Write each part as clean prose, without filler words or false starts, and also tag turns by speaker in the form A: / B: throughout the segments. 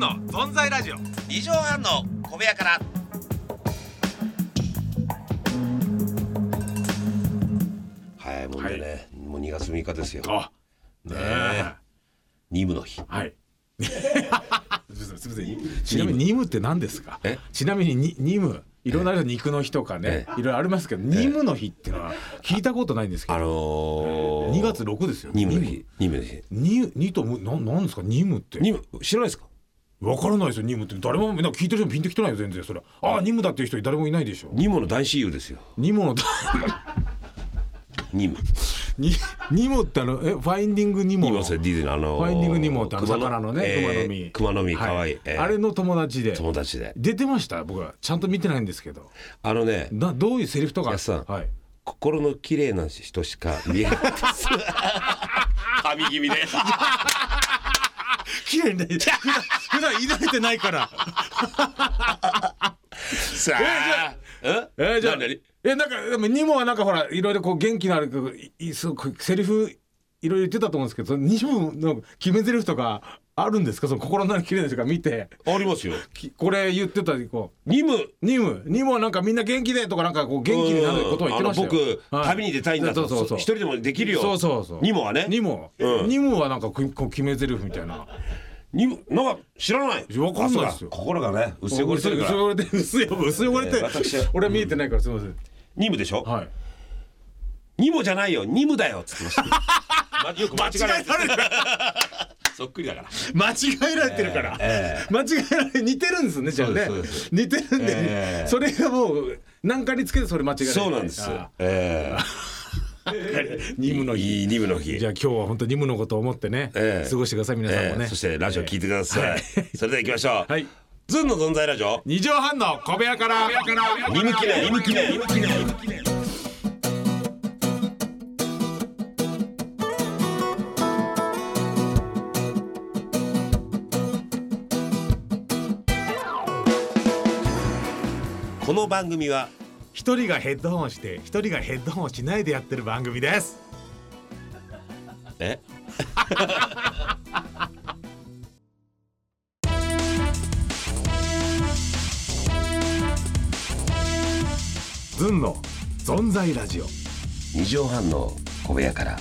A: の存在ラジオ。
B: 2畳半の小部屋から。早いもんでね、もう2月6日ですよ。
A: あ、
B: ねえ、任務の日。
A: はい。すみません。ちなみに任務って何ですか？ちなみに任務、いろんな肉の日とかね、いろいろありますけど、任務の日っていうのは聞いたことないんですけど、2月6ですよ。
B: 任務の日。任務の日。
A: 2と何ですか？任務って。
B: 任務知らないですか？
A: わからないですよ。任務って誰もなんか聞いてる人ピンときてないよ全然それ。あ、任務だっていう人誰もいないでしょ。
B: 任務の大親友ですよ。
A: 任務の
B: 任務。
A: ニモってファインディングニモ。
B: ニモそれディズニーの
A: ファインディングニモって魚のね、熊の実。
B: 熊の実可愛い。
A: あれの友達で。
B: 友達で。
A: 出てました。僕はちゃんと見てないんですけど。
B: ね。
A: どういうセリフとか。
B: やすさん。
A: はい。
B: 心の綺麗な人しか見えないです。神気味で。
A: 綺麗に普段抱いてないから。
B: さあ。
A: じゃあなんかでもニモはなんかほらいろいろこう元気のあるセリフいろいろ言ってたと思うんですけど、ニモの決めセリフとかあるんですか？その心の綺麗な人が見て。
B: ありますよ。
A: これ言ってたこう
B: ニモ
A: はなんかみんな元気でとかなんかこう元気になることを言ってましたよ。
B: 僕旅に出たいんだと。一人でもできるよ。
A: そう
B: ニモはね。
A: ニモはなんかこう決め台詞みたいな。
B: なんか知らない。
A: わかんないですよ。
B: 心がね薄汚れてるから。
A: 薄汚れて。俺は見えてないからすみません。
B: ニムでしょ。
A: はい。
B: ニモじゃないよ、ニムだよっつってました。よく間違えられてる。そっくりだから。
A: 間違えられてるから。間違えられ似てるんですねじゃあね。似てるんで、それがもう何かにつけてそれ間違えられてる。
B: そうなんです。
A: 任務の日。
B: 任務の日。
A: じゃあ今日は本当任務のことを思ってね、過ごしてください皆さんもね。
B: そしてラジオ聞いてください。それでは行きましょう。はい。ズンの存在ラジオ。
A: 2畳半の小部屋から。
B: ニムキネ。この番組は
A: 一人がヘッドホンをして一人がヘッドホンをしないでやってる番組です。ズンの存在ラジオ。
B: 2畳半の小部屋から。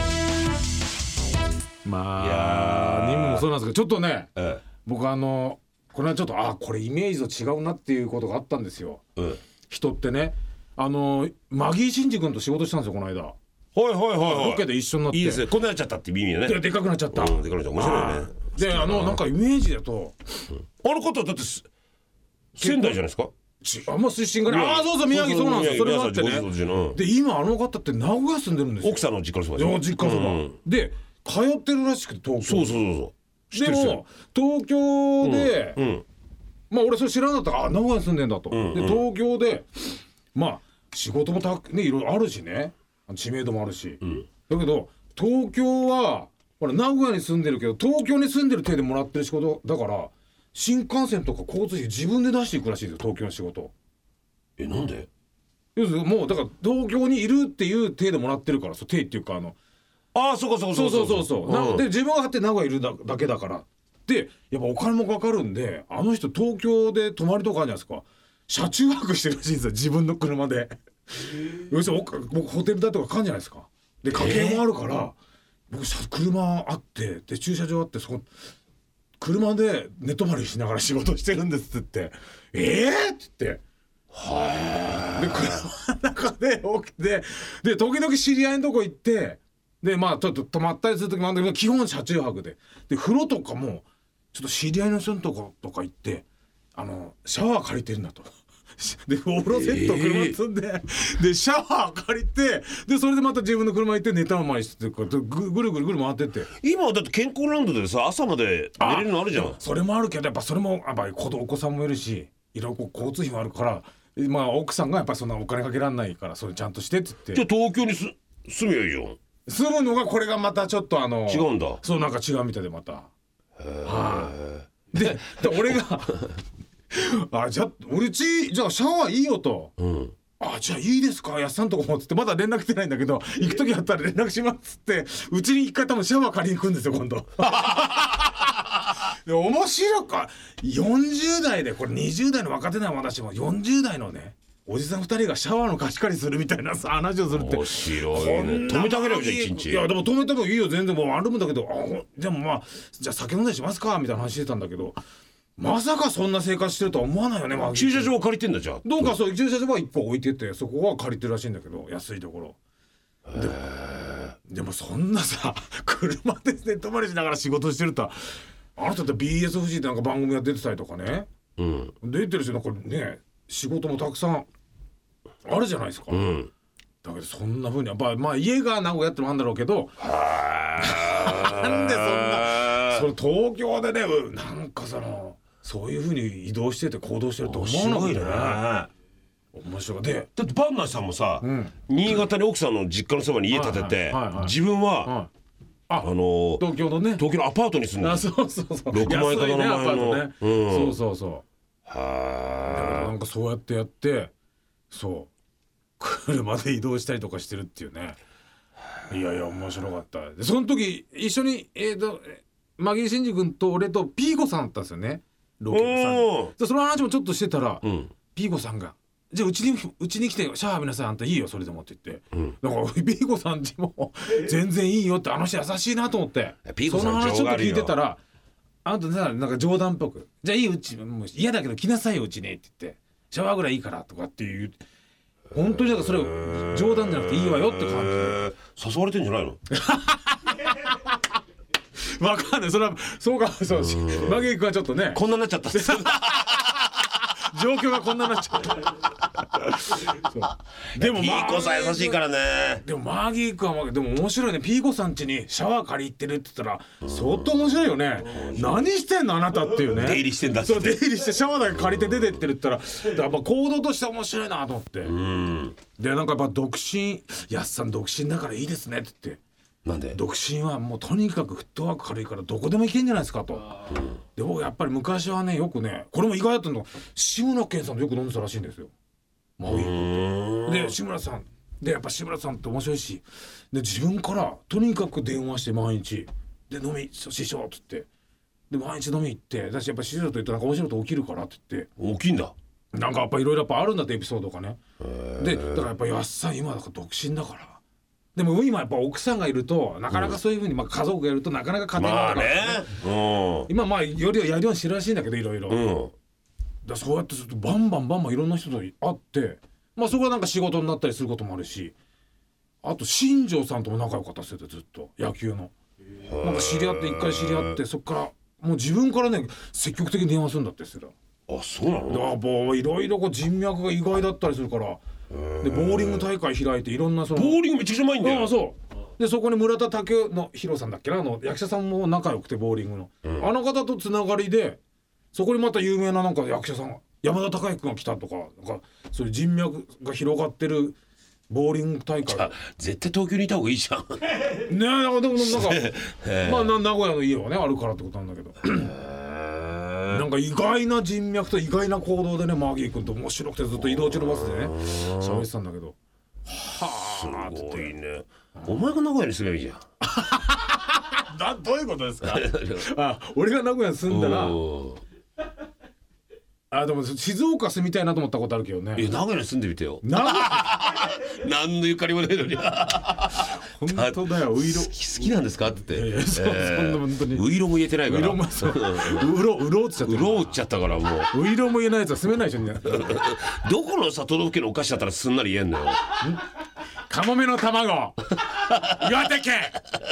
A: まあ任務もそうなんですけど、ちょっとね、僕これはちょっとこれイメージと違うなっていうことがあったんですよ。人ってね、マギー・シンジ君と仕事したんですよこの間。はい。ロケで一緒になって。いいですね。
B: こんなになっちゃったって意味よね。
A: でかくなっちゃった。
B: でかくなっちゃった。面白いよね。
A: でなんかイメージだと、
B: あの方だって仙台じゃないですか。
A: 出身がね。そう宮城。そうなんですよ。それがあってね。で今あの方って名古屋住んでるんですよ。
B: 奥さんの実家のそばでしょ。
A: 実家そばで通ってるらしくて東京。
B: そう
A: でも東京で、俺それ知らなかったから名古屋に住んでんだと。で東京で仕事もねいろいろあるしね、知名度もあるし、だけど東京はほら名古屋に住んでるけど東京に住んでる手でもらってる仕事だから、新幹線とか交通費自分で出していくらしいですよ東京の仕事。
B: なんで？
A: 要するにもうだから東京にいるっていう手でもらってるから、手っていうか
B: そう。
A: で自分が買って名古屋いるだけだからで、やっぱお金もかかるんで、あの人東京で泊まりとかあるじゃないですか。車中泊してるらしいんですよ自分の車で。要するに僕ホテル代とかかかるんじゃないですか。で家計もあるから、僕車あってで駐車場あって、そこ車で寝泊まりしながら仕事してるんですって言って、って言って。で車の中で起きて、で時々知り合いのとこ行って、でちょっと泊まったりする時もあるんだけど基本車中泊で風呂とかもちょっと知り合いの人のとか行ってシャワー借りてるんだと。でお風呂セット車積んで、でシャワー借りて、でそれでまた自分の車行って寝たまりしてぐるぐる回ってって。
B: 今だって健康ランドでさ朝まで寝れるのあるじゃん。
A: それもあるけど、やっぱそれもやっぱお子さんもいるし、いろいろ交通費もあるから、奥さんがやっぱりそんなお金かけられないから、それちゃんとしてって言って。
B: じゃあ東京に住めばいいじゃん。
A: 住むのがこれがまたちょっと
B: 違うんだ。
A: そうなんか違うみたいでまた。で俺がじゃあ俺じゃあシャワーいいよと。じゃあいいですかやっさんとこもっつって、まだ連絡来てないんだけど行く時あったら連絡しますっつって、うちに一回多分シャワー借りに行くんですよ今度。 で面白か40代でこれ20代の若手なら私も40代のねおじさん2人がシャワーの貸し借りするみたいなさ話をするって
B: 面白いね。止めてあげればじゃん一日。
A: いやでも止めてもいいよ全然もうあるんだけどでもまあじゃあ酒飲んだりしますかみたいな話してたんだけどまさかそんな生活してるとは思わないよね。
B: 駐車場を借りてんだじゃあ。
A: どうかそう駐車場は1個置いててそこは借りてるらしいんだけど安いところでもそんなさ車で寝泊まりしながら仕事してるとあの人って BS 富士ってなんか番組が出てたりとかね、出てるしなんかね仕事もたくさんあるじゃないですか、だけどそんな風にまあ家が名古屋ってのもあるんだろうけどなんでそんなその東京でねなんかそういう風に移動してて行動してると思わなくてね面白いで
B: だってバンナイさんもさ、新潟に奥さんの実家のそばに家建てて、自分は、
A: 東京のね
B: 東京のアパートに住んでる。
A: そう
B: 6万円か7万円の、
A: そうだからなんかそうやってやって車で移動したりとかしてるっていうね。いや面白かったでその時一緒にマギー真司君と俺とピーコさんだったんですよねロケさん。その話もちょっとしてたら、ピーコさんがじゃあうちに来てシャワー浴びなさいあんたいいよそれでもって言って、だからピーコさんちも全然いいよってあの人優しいなと思ってその話ちょっと聞いてたらあんたさなんか冗談っぽくじゃあいいうちもう嫌だけど来なさいようちねって言ってシャワーぐらいいいからとかっていう本当にだからそれ冗談じゃなくていいわよって感じで
B: 誘われてんじゃないの
A: わかんないそれはそうかそうマギー君はちょっとね
B: こんなになっちゃった
A: 状況がこんなになっちゃった
B: でもピーコさん優しいからね。
A: でもマギー君はでも面白いね。ピーコさん家にシャワー借り行ってるって言ったら相当面白いよね。何してんのあなたっていうね。
B: 出入りしてんだって
A: そう出入りしてシャワーだけ借りて出てってるって言ったらやっぱ行動として面白いなと思って、でなんかやっぱ独身やっさん独身だからいいですねって言って
B: なんで
A: 独身はもうとにかくフットワーク軽いからどこでも行けんじゃないですかと。で僕やっぱり昔はねよくねこれも意外だったの志村けんさんとよく飲んでたらしいんですよ。で志村さんでやっぱ志村さんって面白いしで自分からとにかく電話して毎日で飲み師匠って言ってで毎日飲み行って私やっぱ師匠と言ってなんか面白いこと起きるからって言って
B: 大きいんだ
A: なんかやっぱいろいろあるんだってエピソードがね。でだからやっぱやっさん今だから独身だからでも今やっぱ奥さんがいるとなかなかそういうふうにまあ家族がいるとなかなか家庭が今まあよりやるようにしてるらしいんだけどいろいろだそうやってするとバンバンいろんな人と会ってまあそこはなんか仕事になったりすることもあるしあと新庄さんとも仲良かったっすよずっと野球のなんか知り合って一回知り合ってそっからもう自分からね積極的に電話するんだって言ってた。
B: あそうなの。
A: だからもういろいろ人脈が意外だったりするからでボーリング大会開いていろんなボ
B: ーリングめちゃくちゃうまいんだよ。
A: そうでそこに村田武雄のヒロさんだっけな役者さんも仲良くてボーリングの、あの方とつながりでそこにまた有名ななんか役者さん山田孝之君が来たとかなんかそういう人脈が広がってるボーリング大会
B: 絶対東京にいた方がいいじゃんね
A: えでもなんかまあ名古屋の家はねあるからってことなんだけどなんか意外な人脈と意外な行動でねマギー君と面白くてずっと移動中のバスでね喋ってたんだけど
B: すごいね。お前が名古屋に住めばいいじゃん
A: どういうことですか俺が名古屋に住んだらでも静岡住みたいなと思ったことあるけどね。
B: いや名古屋に住んでみてよ。
A: 何
B: のゆかりもないのに
A: 本当だよ。
B: 好きなんですかって言って
A: そんな本当に
B: ういろも言えてないからうろ
A: っちゃった
B: うろっちゃったからもう
A: ういろも言えないやつは住めないでしょ
B: どこのさ都道府県のお菓子だったらすんなり言えんのよ。
A: カモメの卵岩手県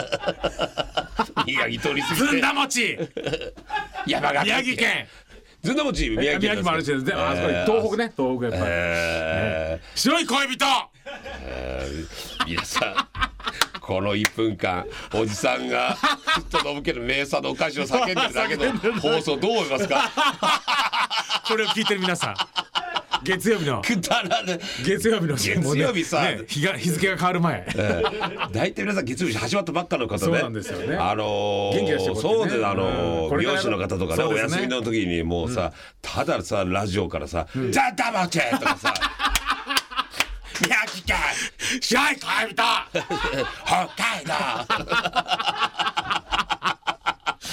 B: 宮城通り過ぎて
A: ずんだ餅
B: 山形
A: 宮城県
B: ずんだ餅宮城
A: もあるし東北ね東北やっぱり、白い恋人
B: 皆さんこの1分間おじさんが都道府県の名産のお菓子を叫んでるだけの放送どう思いますか
A: これを聞いてる皆さん月曜日の
B: くだらね
A: 月曜日の
B: 月曜日さ、
A: ね、日付が変わる前
B: 大体皆さん月曜日始まったばっかの方ね。
A: そうなんですよね。
B: 元
A: 気出してこ
B: そうで美容師の方とかねお休みの時にもうさ、たださラジオからさ「ザ・ダマチェ!」とかさ宮城県白い恋人北海道
A: そう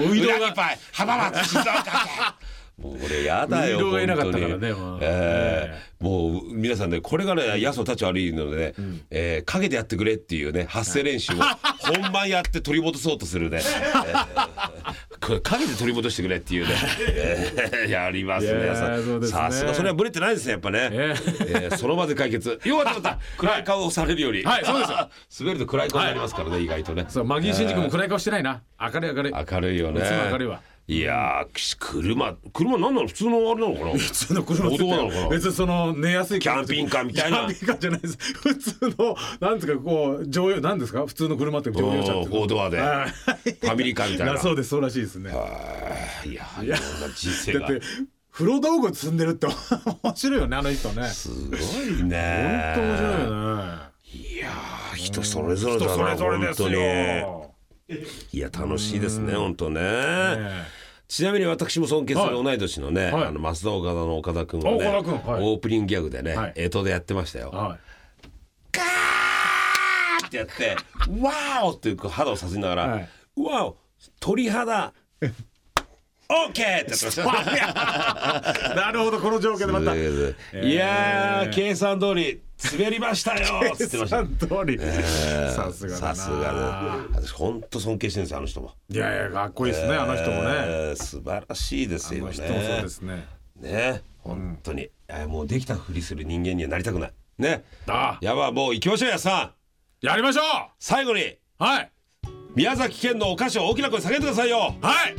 A: ういろうが
B: うなぎパイ浜松静岡県もう俺やだよ
A: ういろうがいなかったから
B: 本当に
A: ね
B: もう皆さんねこれがねやそ立ち悪いのでね、陰でやってくれっていうね発声練習を本番やって取り戻そうとするね、これ陰で取り戻してくれっていうね、やりますね。さすがそれはブレてないですねやっぱね、その場で解決よかったよかった暗い顔をされるより、
A: はいそうですよ
B: 滑ると暗い顔になりますからね、意外とね。
A: そうマギーシンジ君も暗い顔してないな。明るい明るい
B: 明るいよね。
A: いつも明るいわ。
B: いやー車何なの普通のあれなのかな
A: 普通の車
B: 歩道なのかな
A: 別にその寝やすい
B: キャンピングカーみたいな
A: キャンピングカーじゃないです。普通のなんですかこう乗用なんですか普通の車って乗用車って
B: 4ドアでファミリーカーみたいな。
A: そうですそうらしいですね。
B: いやいろんな人生が
A: だって風呂道具積んでるって面白いよねあの人ね。
B: すごいね。
A: 本当面白いよね。
B: いやー人それぞれだな
A: 人それぞれですよ。
B: 本当にいや楽しいですね本当ね。ちなみに私も尊敬する同い年のね、
A: はい
B: あの増田岡田の岡田君はね、
A: 岡田君はい
B: オープニングギャグでね、
A: はい
B: 干支でやってましたよ。
A: は
B: ガーってやってワーオっていう肌をさせながら、
A: はい
B: ワーオ鳥肌オッケーってやってました。
A: い。なるほどこの状況でまた。
B: いやー計算通り滑りましたよっつってました。
A: 通り。さすがだな。
B: さすがね。私本当尊敬してるんですよあの人も。
A: いやいやかっこいいですねあの人もね。
B: 素晴らしいですよね。
A: あの人もそうですね。
B: ね本当に、もうできたふりする人間にはなりたくないね。
A: あ
B: やばもう行きましょうやさん。
A: やりましょう。
B: 最後に
A: はい
B: 宮崎県のお菓子を大きな声で叫んでくださいよ。
A: はい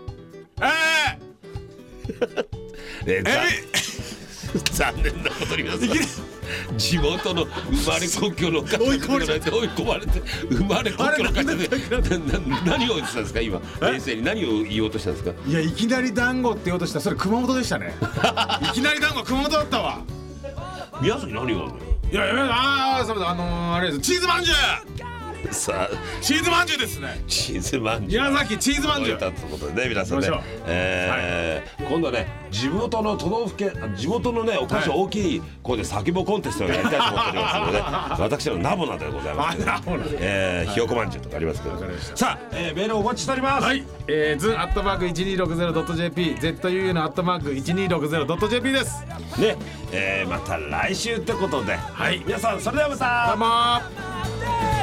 B: 残念なことに皆さん地元の生まれ故郷のお菓子を追い込まれて生まれ故郷のお菓子で何を言ってたんですか今冷静に何を言おうとしたんですか。
A: いやいきなり団子って言おうとしたそれ熊本でしたね。いきなり団子熊本だったわ。
B: 宮崎何があるの。
A: いやいやそうだあれですチーズまんじゅう。
B: さあ
A: チーズまんじゅうですね。
B: チーズまんじゅう
A: 宮崎チーズまんじゅう
B: ということでね皆さんね、
A: 行きまし
B: 今度はね地元の都道府県地元のねお菓子大きい声で叫ぼコンテストをやりたいと思っておりますので、私のナボナでございますけど、ひよこまんじゅうとかありますけど、さあ、メールをお待ちしております。
A: はい、ズン@1260.jp ZUU の@1260.jp です
B: ね、また来週ってことで、
A: はい
B: 皆さんそれではまた
A: どうも